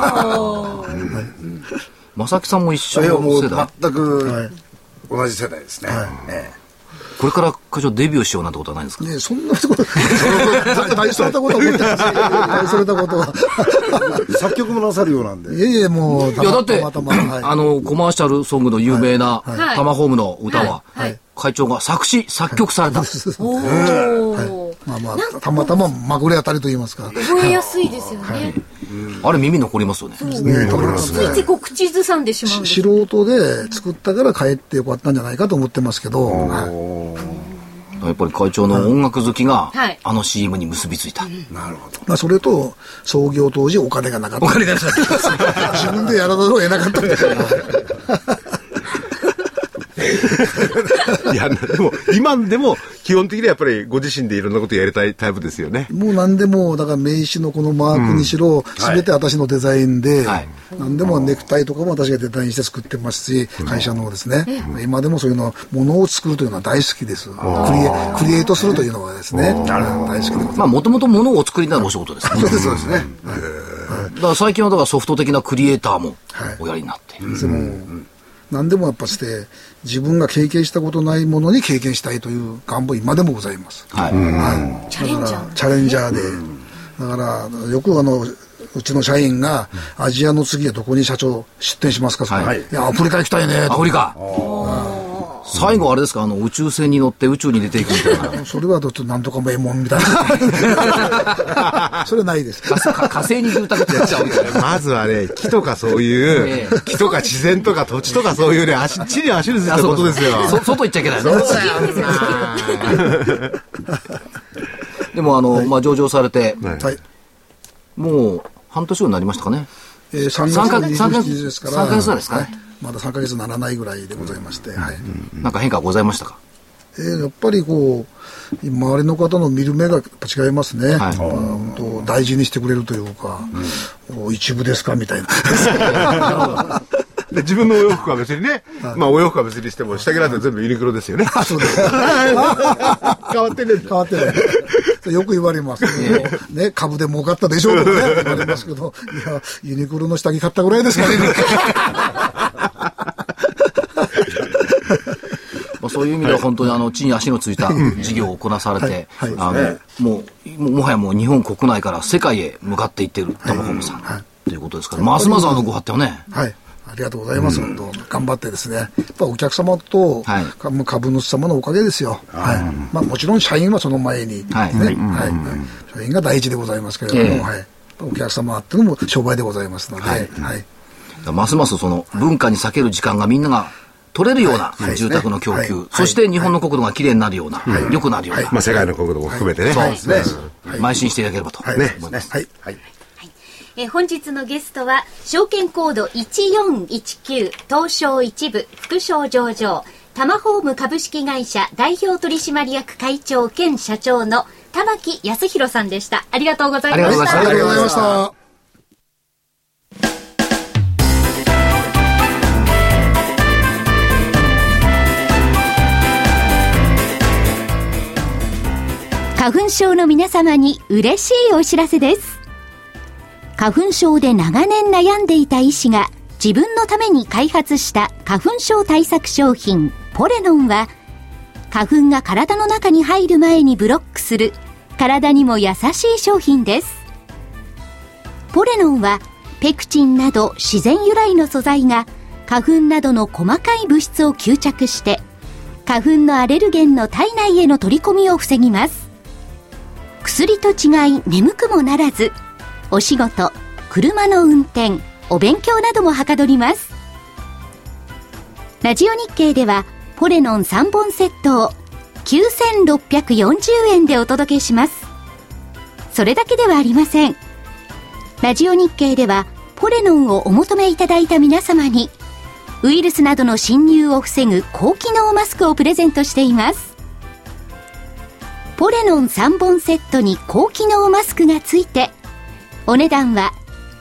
正木さんも一緒の世代？ 全く同じ世代ですね。 これから会長デビューしようなんてことはないんですか？ ね、そんなこと大それたことは思ってます。大それたことは作曲もなさるようなんで。 いやもうだってコマーシャルソングの有名なタマホームの歌は会長が作詞作曲された。 たまたままぐれ当たりと言いますか。 覚えやすいですよね。 あれ耳残りますよね。 ついつい口ずさんでしまうんです。 素人で作ったから帰ってよかったんじゃないかと思ってますけど。 やっぱり会長の音楽好きがあの CM に結びついた。 なるほど。 それと創業当時お金がなかった。お金がなかった。自分でやらざるを得なかったみたいな。 いや、でも、今でも、基本的にはやっぱりご自身でいろんなことやりたいタイプですよね。 もう何でも、だから名刺のこのマークにしろ、すべて私のデザインで、何でもネクタイとかも私がデザインして作ってますし、会社のですね、今でもそういうの、ものを作るというのは大好きです。クリエイトするというのはですね、大好きです。 もともとものをお作りになるお仕事ですね。 そうですね。 だから最近はだからソフト的なクリエイターもおやりになっている。 何でもやっぱして自分が経験したことないものに経験したいという願望今でもございます。チャレンジャーで、だからよくうちの社員がアジアの次はどこに社長出店しますか？いやアフリカ行きたいね。 アフリカ。最後あれですか、宇宙船に乗って宇宙に出ていくみたいな。 それはちょっとなんとかもええもんみたいな。それはないです。 火星に住宅ってやっちゃうみたいな。 まずはね、木とかそういう、木とか自然とか土地とかそういうね、地に足についたことですよ。 外行っちゃいけないね。でも上場されて、もう半年になりましたかね。 3ヶ月ですから。 3ヶ月ですかね。 まだ3ヶ月ならないぐらいでございまして、 なんか変化はございましたか？ やっぱり周りの方の見る目が違いますね。大事にしてくれるというか、一部ですかみたいな。 で自分のお洋服は別にね、お洋服は別にしても下着なんて全部ユニクロですよね。 そうです。変わってね。よく言われます。ね、株で儲かったでしょうとかね、言われますけど、いや、ユニクロの下着買ったぐらいですかね。 そういう意味では本当に地に足のついた事業をこなされて、もはやもう日本国内から世界へ向かっていっているタマホームさんということですから、ますますご発展はね。 ありがとうございます。頑張ってですね。やっぱお客様と株主様のおかげですよ。もちろん社員はその前に、社員が第一でございますけれども、お客様あってのも商売でございますので、 ますますその文化に邁ける時間がみんなが取れるような住宅の供給、そして日本の国土がきれいになるような、良くなるような、 世界の国土も含めてね、 邁進していただければと思います。 本日のゲストは証券コード1419東証一部副賞上場タマホーム株式会社代表取締役会長兼社長の玉木康弘さんでした。ありがとうございました。 ありがとうございました。 花粉症の皆様に嬉しいお知らせです。花粉症で長年悩んでいた医師が自分のために開発した花粉症対策商品ポレノンは、花粉が体の中に入る前にブロックする体にも優しい商品です。ポレノンはペクチンなど自然由来の素材が花粉などの細かい物質を吸着して花粉のアレルゲンの体内への取り込みを防ぎます。薬と違い眠くもならず、お仕事、車の運転、お勉強などもはかどります。ラジオ日経ではポレノン3本セットを9640円でお届けします。それだけではありません。ラジオ日経ではポレノンをお求めいただいた皆様にウイルスなどの侵入を防ぐ高機能マスクをプレゼントしています。ポレノン3本セットに高機能マスクがついて、お値段は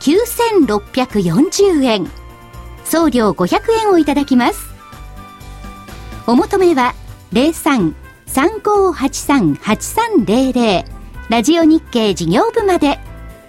9640円。送料500円をいただきます。お求めは 03-3583-8300 ラジオ日経事業部まで。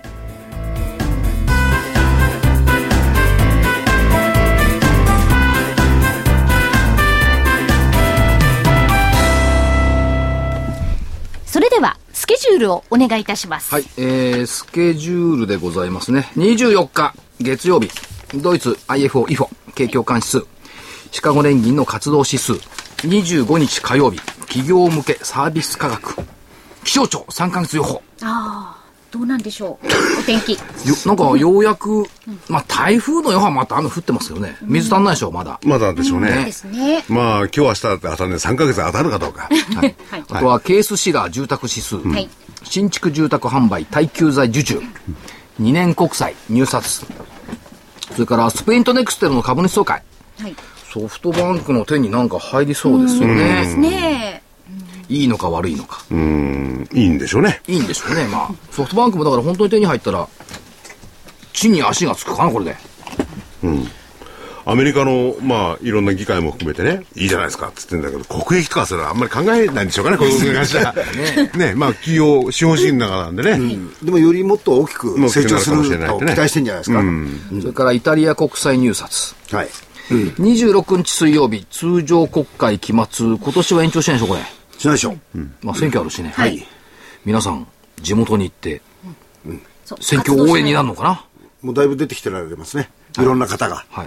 それではスケジュールをお願いいたします。 はい、スケジュールでございますね。24日月曜日、ドイツ IFO 景況感指数、シカゴ連銀の活動指数。25日火曜日、企業向けサービス価格。気象庁3ヶ月予報。 どうなんでしょう、お天気。 なんかようやく、台風の予報はまた雨降ってますよね。水足んないでしょ、まだ。 まだでしょうね。 ですね。 まあ、今日明日だって当たるね、3ヶ月当たるかどうか。 はい。あとはケースシラー住宅指数。はい。新築住宅販売耐久財受注。2年国債入札。それからスプリントネクステルの株主総会。はい。ソフトバンクの手になんか入りそうですよね。 ですね。 いいのか悪いのか。 いいんでしょうね。 いいんでしょうね。まあ、ソフトバンクもだから本当に手に入ったら、地に足がつくかな、これで。 アメリカの、いろんな議会も含めてね、いいじゃないですかって言ってんだけど、国益とかそれはあんまり考えないんでしょうかね、こういう会社。ね、企業、資本主義の中なんでね。 でもよりもっと大きく成長すると期待してんじゃないですか。 それからイタリア国債入札。 はい。 26日水曜日、通常国会期末、今年は延長しないでしょ、これ。 しないでしょ。 選挙あるしね。はい。皆さん、地元に行って、選挙応援になるのかな。 もうだいぶ出てきてられますね。いろんな方が。 はい。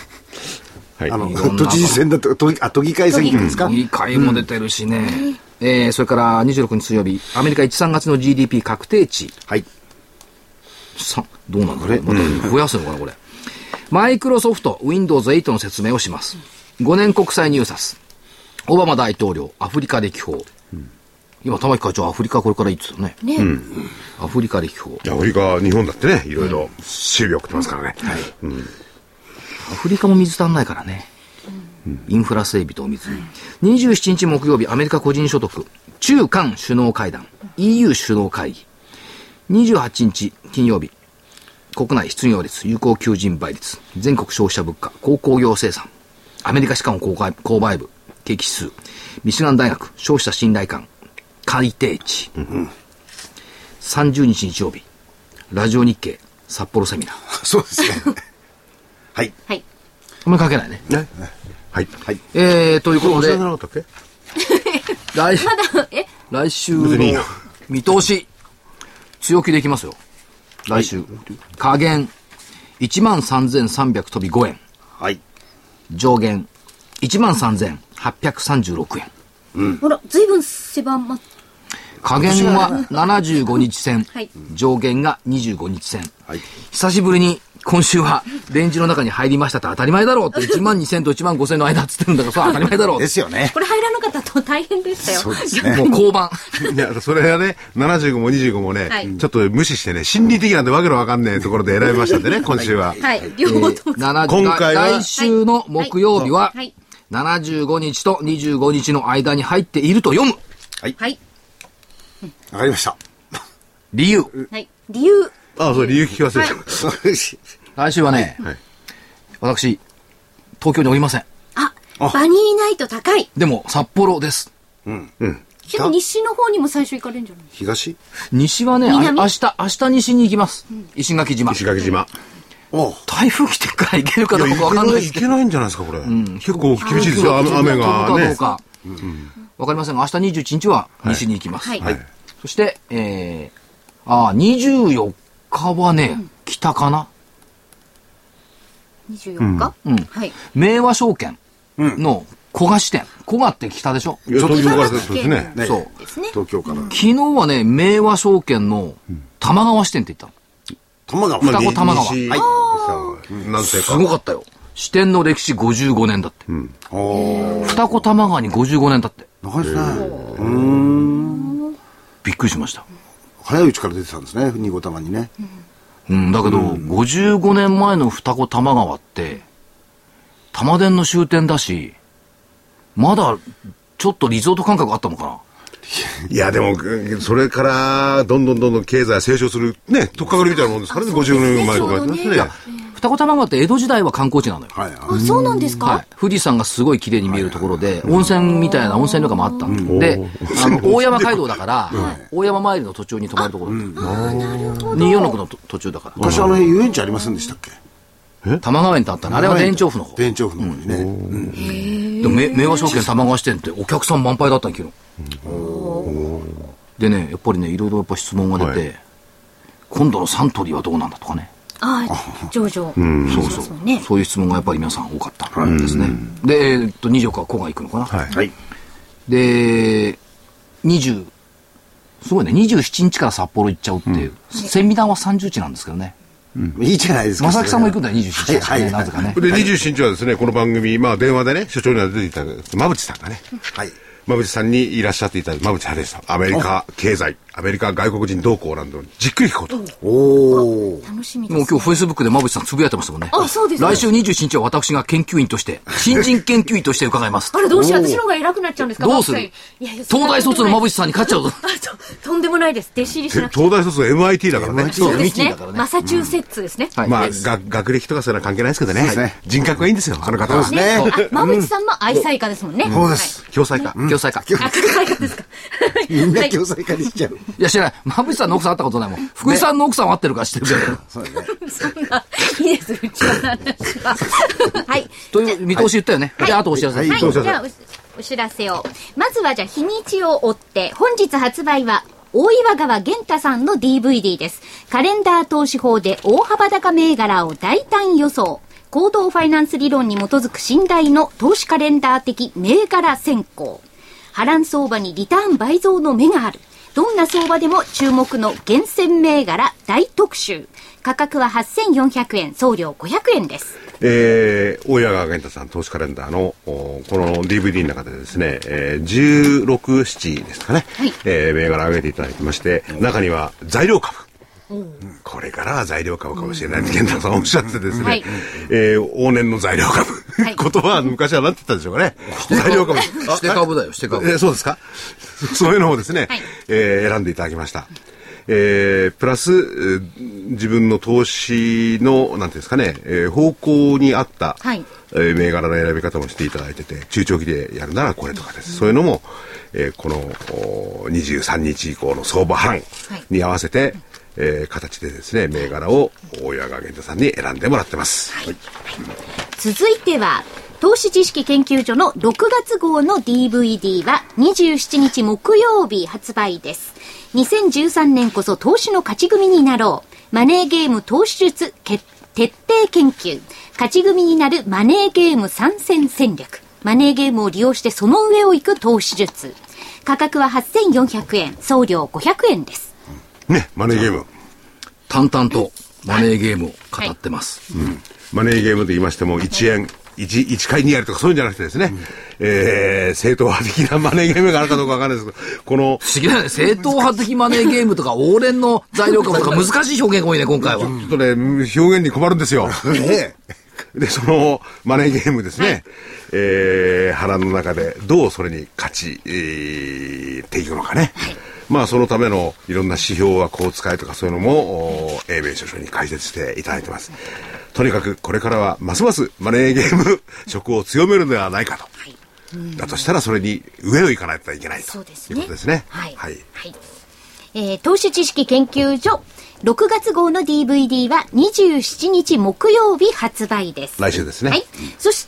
都知事選だと、都議会選挙ですか。 都議会も出てるしね。それから26日水曜日、アメリカ1、3月の GDP 確定値。 はい。 どうなんだこれ。また増やすのかな、これ。マイクロソフト、Windows 8の説明をします。5年国債入札。オバマ大統領、アフリカ歴訪。今、玉木会長、アフリカこれからいいですよね。アフリカ歴訪。 アフリカ、日本だってね、いろいろ守備を送ってますからね。はい。 アフリカも水足んないからね。インフラ整備とお水。27日木曜日、アメリカ個人所得、中韓首脳会談、EU 首脳会議。28日金曜日、国内失業率、有効求人倍率、全国消費者物価、鉱工業生産、アメリカ歯科の購買部、景気指数、ミシガン大学消費者信頼感改定値、30日日曜日、ラジオ日経札幌セミナー。 そうですね。はい。 はい。 あんまり書けないね。 はい。 はい。ということで、来週の見通し、強気でいきますよ。来週。下限、13,300飛び5円。 はい。 上限、13,836円。 ほら、ずいぶん狭まっ下限は75日線、上限が25日線。久しぶりに今週はレンジの中に入りましたって当たり前だろうって12,000と15,000の間っつってるんだから、それは当たり前だろうですよね。 これ入らなかったと大変でしたよ。 そうですね。 もう交番。 いや、それはね、75も25もね、ちょっと無視してね、心理的なんでわけのわかんねえところで選びましたんでね、今週は。 はい。両方とも。 今回は来週の木曜日は、 75日と25日の間に入っていると読む。 はい。 わかりました。 理由。 はい。理由。 そう、理由聞き忘れた。 来週はね、私、東京におりません。 バニーナイト高い。 でも、札幌です。 でも西の方にも最初行かれるんじゃない東西はね、明日西に行きます。石垣島。 石垣島。 台風来てから行けるかどうかわかんないですけど。 行けないんじゃないですか、これ。結構厳しいですよ、雨がね。 どうか。わかりませんが、明日21日は西に行きます。そして、24日はね、北かな。 24日はい。明和証券の古賀支店。古賀って北でしょ？ 東京からですね。 そう。 東京から。 昨日はね、明和証券の玉川支店って言ったの。 玉川。 双子玉川。 何世か。 すごかったよ。支店の歴史55年だって。双子玉川に55年だって。 長いですね。 びっくりしました。 早いうちから出てたんですね、二子玉にね。 だけど、55年前の双子玉川って、玉電の終点だし、まだちょっとリゾート感覚あったのかな。 いや、でも、それから、どんどん経済成長する、ね、とっかかりみたいなもんですからね、50年前とかね。 双子玉川って江戸時代は観光地なのよ。 そうなんですか？ 富士山がすごい綺麗に見えるところで、温泉みたいな温泉旅館もあったんで、大山街道だから、大山参りの途中に泊まるところ。246の途中だから。 昔遊園地ありませんでしたっけ？ 玉川園ってあったの。あれは田園調布の方。 田園調布の方にね。 でも明和証券玉川支店ってお客さん満杯だったん昨日。でね、やっぱりね、いろいろやっぱ質問が出て、今度のサントリーはどうなんだとかね。 上場。 そういう質問がやっぱり皆さん多かったんですね。で、24日は古賀行くのかな。で、すごいね、27日から札幌行っちゃうっていう。千美団は30日なんですけどね。 いいじゃないですか。 正木さんも行くんだよ、27日ね、なぜかね。 で、27日はですね、この番組、電話でね、所長には出ていただいた馬淵さんがね、馬淵さんにいらっしゃっていただいた馬淵春さん、アメリカ経済、アメリカ外国人動向なんてじっくり聞こうと。 楽しみです。 もう今日フェイスブックで馬淵さんつぶやいてましたもんね。 そうです。 来週27日は私が研究員として、新人研究員として伺います。 あれどうしよう、私の方が偉くなっちゃうんですか？ どうする？東大卒の馬淵さんに勝っちゃうぞ。 とんでもないです。弟子入りしなくて。 東大卒の MIT だからね。 そうですね。マサチューセッツですね。 学歴とかそういうのは関係ないですけどね。人格がいいんですよ、あの方は。 馬淵さんも愛妻家ですもんね。 そうです。 共済家。 共済家ですか。 みんな共済家にしちゃう。 いや、知らない。馬淵さんの奥さん会ったことないもん。福井さんの奥さん会ってるから知ってるけど。 そんな、いいです、うちの話は。はい。 という見通し言ったよね。じゃあ、あとお知らせ。 じゃあ、お知らせを。まずはじゃあ、日にちを追って、本日発売は、大岩川源太さんの DVD です。カレンダー投資法で大幅高銘柄を大胆予想。行動ファイナンス理論に基づく信頼の投資カレンダー的銘柄選考。波乱相場にリターン倍増の目がある。どんな相場でも注目の厳選銘柄大特集。価格は8400円、送料500円です。 大岩川源太さん投資カレンダーのこの DVD の中でですね、16、7ですかね、銘柄上げていただきまして、中には材料株。これからは材料株かもしれないって源太さんおっしゃってですね、往年の材料株、言葉は昔は何て言ったでしょうかね。材料株。 して株だよ、して株。 そうですか。そういうのをですね、選んでいただきました。プラス、自分の投資の、なんていうんですかね、方向に合った、銘柄の選び方もしていただいてて、中長期でやるならこれとかです。そういうのも、この23日以降の相場波乱に合わせて、形でですね、銘柄を大岩川源太さんに選んでもらってます。 続いては、投資知識研究所の6月号の DVD は27日木曜日発売です。2013年こそ投資の勝ち組になろう。マネーゲーム投資術徹底研究。勝ち組になるマネーゲーム参戦戦略。マネーゲームを利用してその上を行く投資術。価格は8400円、送料500円です。 ね、マネーゲーム。 淡々とマネーゲームを語ってます。 マネーゲームと言いましても、1円、1回2やりとかそういうんじゃなくてですね、正統派的なマネーゲームがあるかどうかわかんないですけど、この。 不思議だね。正統派的マネーゲームとか、往年の材料株とか難しい表現が多いね、今回は。 ちょっとね、表現に困るんですよ。 で、そのマネーゲームですね、波乱の中でどうそれに勝ち、ていくのかね。まあそのためのいろんな指標はこう使えとかそういうのも英明所長に解説していただいてます。とにかくこれからはますますマネーゲーム色を強めるのではないかと。だとしたらそれに上を行かないといけないということですね。 投資知識研究所6月号の DVD は27日木曜日発売です。 来週ですね。はい。 そして、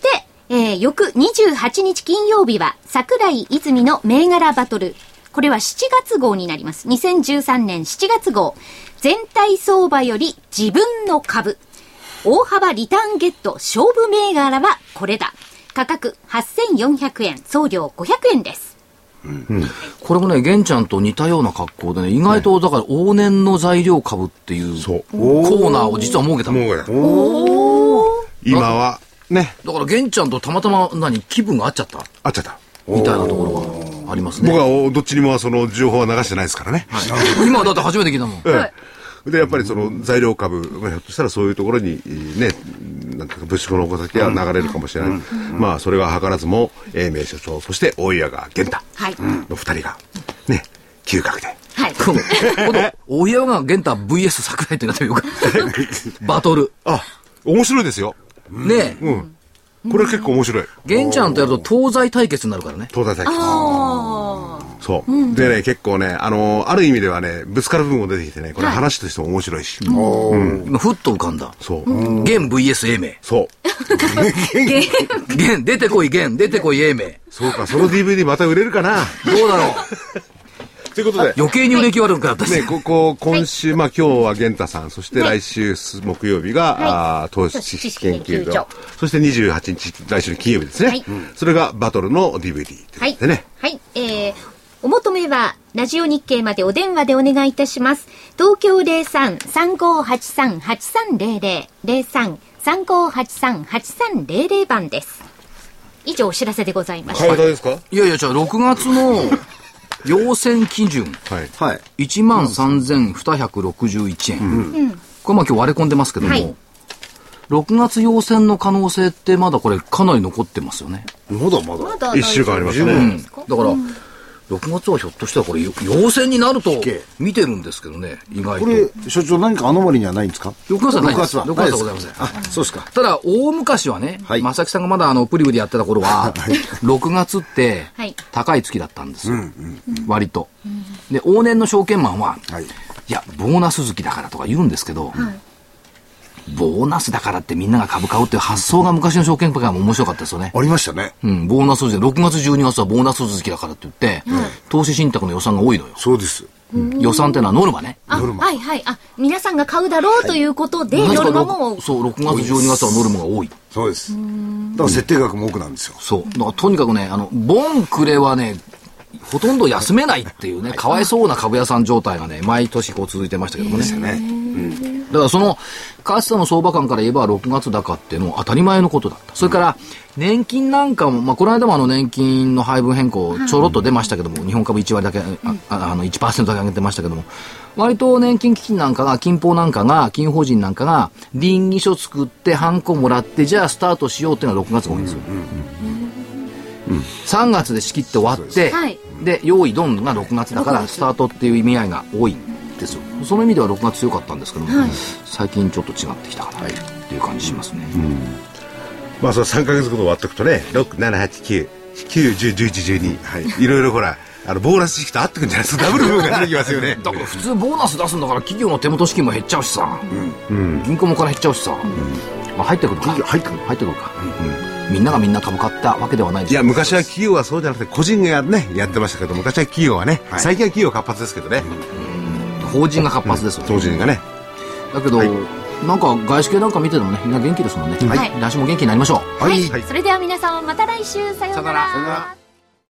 翌28日金曜日は桜井泉の銘柄バトル。これは7月号になります。2013年7月号。全体相場より自分の株。大幅リターンゲット勝負銘柄はこれだ。価格8400円、送料500円です。 これもね、玄ちゃんと似たような格好でね、意外とだから往年の材料株っていうコーナーを実は設けたの。 今はね。 だから玄ちゃんとたまたま気分が合っちゃったみたいなところがありますね。 僕はどっちにもその情報は流してないですからね。 今だって初めて聞いたもん。 で、やっぱりその材料株、ひょっとしたらそういうところにね、なんか物色のお先が流れるかもしれない。まあ、それは図らずも、英明所長、そして大岩川源太の二人が、ね、嗅覚で。 はい。大岩川源太 VS 桜井ってなってみようか。バトル。 あ、面白いですよ。 ねえ。 これは結構面白い。 玄ちゃんとやると東西対決になるからね。 東西対決。そう。でね、結構ね、ある意味ではね、ぶつかる部分も出てきてね、これ話としても面白いし。 今、ふっと浮かんだ。 そう。 玄 VS 英明。 そう。 玄、出てこい玄、出てこい英明。 そうか、その DVD また売れるかな。 どうだろう。 ということで。 余計に売れ気悪くなったね、今週、まあ今日は玄太さん、そして来週木曜日が、投資知識研究所。そして28日、来週の金曜日ですね。それがバトルの DVD ということでね。 はい。お求めは、ラジオ日経までお電話でお願いいたします。東京 03-3583-8300、03-3583-8300番です。以上お知らせでございました。 はい、ですか？ いやいや、じゃあ6月の要請基準。 はい。 13,261円。これまあ今日割れ込んでますけども、6月要請の可能性ってまだこれかなり残ってますよね。 まだ 1週間ありますね。 だから、6月はひょっとしたらこれ要請になると見てるんですけどね、意外と。 これ、所長何かアノマリにはないんですか？ 6月はないです。6月はございません。 あ、そうですか。 ただ、大昔はね、正木さんがまだプリブでやってた頃は、6月って高い月だったんですよ。割と。で、往年の証券マンは、いや、ボーナス月だからとか言うんですけど、ボーナスだからってみんなが株買うっていう発想が昔の証券会も面白かったですよね。 ありましたね。 ボーナス月で、6月12月はボーナス月だからって言って、投資信託の予算が多いのよ。 そうです。 予算っていうのはノルマね。 はいはい。皆さんが買うだろうということで、ノルマも。 そう、6月12月はノルマが多い。 そうです。だから設定額も多くなんですよ。 そう。だからとにかくね、ボンクレはね、ほとんど休めないっていうね、かわいそうな株屋さん状態がね、毎年続いてましたけどもね。だからその、かつての相場感から言えば6月高っていうのは当たり前のことだった。それから、年金なんかも、まあ、この間も年金の配分変更ちょろっと出ましたけども、日本株1割だけ、1% だけ上げてましたけども、割と年金基金なんかが、金法なんかが、金法人なんかが、稟議書作ってハンコもらって、じゃあスタートしようっていうのは6月が多いんですよ。3月で仕切って終わって、で、用意ドンが6月だからスタートっていう意味合いが多いんですよ。その意味では6月強かったんですけども、最近ちょっと違ってきたかなっていう感じしますね。 まあその3ヶ月ごと割っておくとね、6、7、8、9、9、10、11、12、いろいろほら、ボーナス時期と合ってくんじゃないですか。ダブル分が出てきますよね。 だから普通ボーナス出すんだから企業の手元資金も減っちゃうしさ、銀行もお金減っちゃうしさ、まあ入ってくるか。入ってくるか。みんながみんな株買ったわけではないです。 いや、昔は企業はそうじゃなくて個人がね、やってましたけど、昔は企業はね、最近は企業活発ですけどね。 法人が活発ですよね。 法人がね。 だけど、なんか外資系なんか見ててもね、みんな元気ですもんね。来週も元気になりましょう。 はい。それでは皆さんまた来週、さようなら。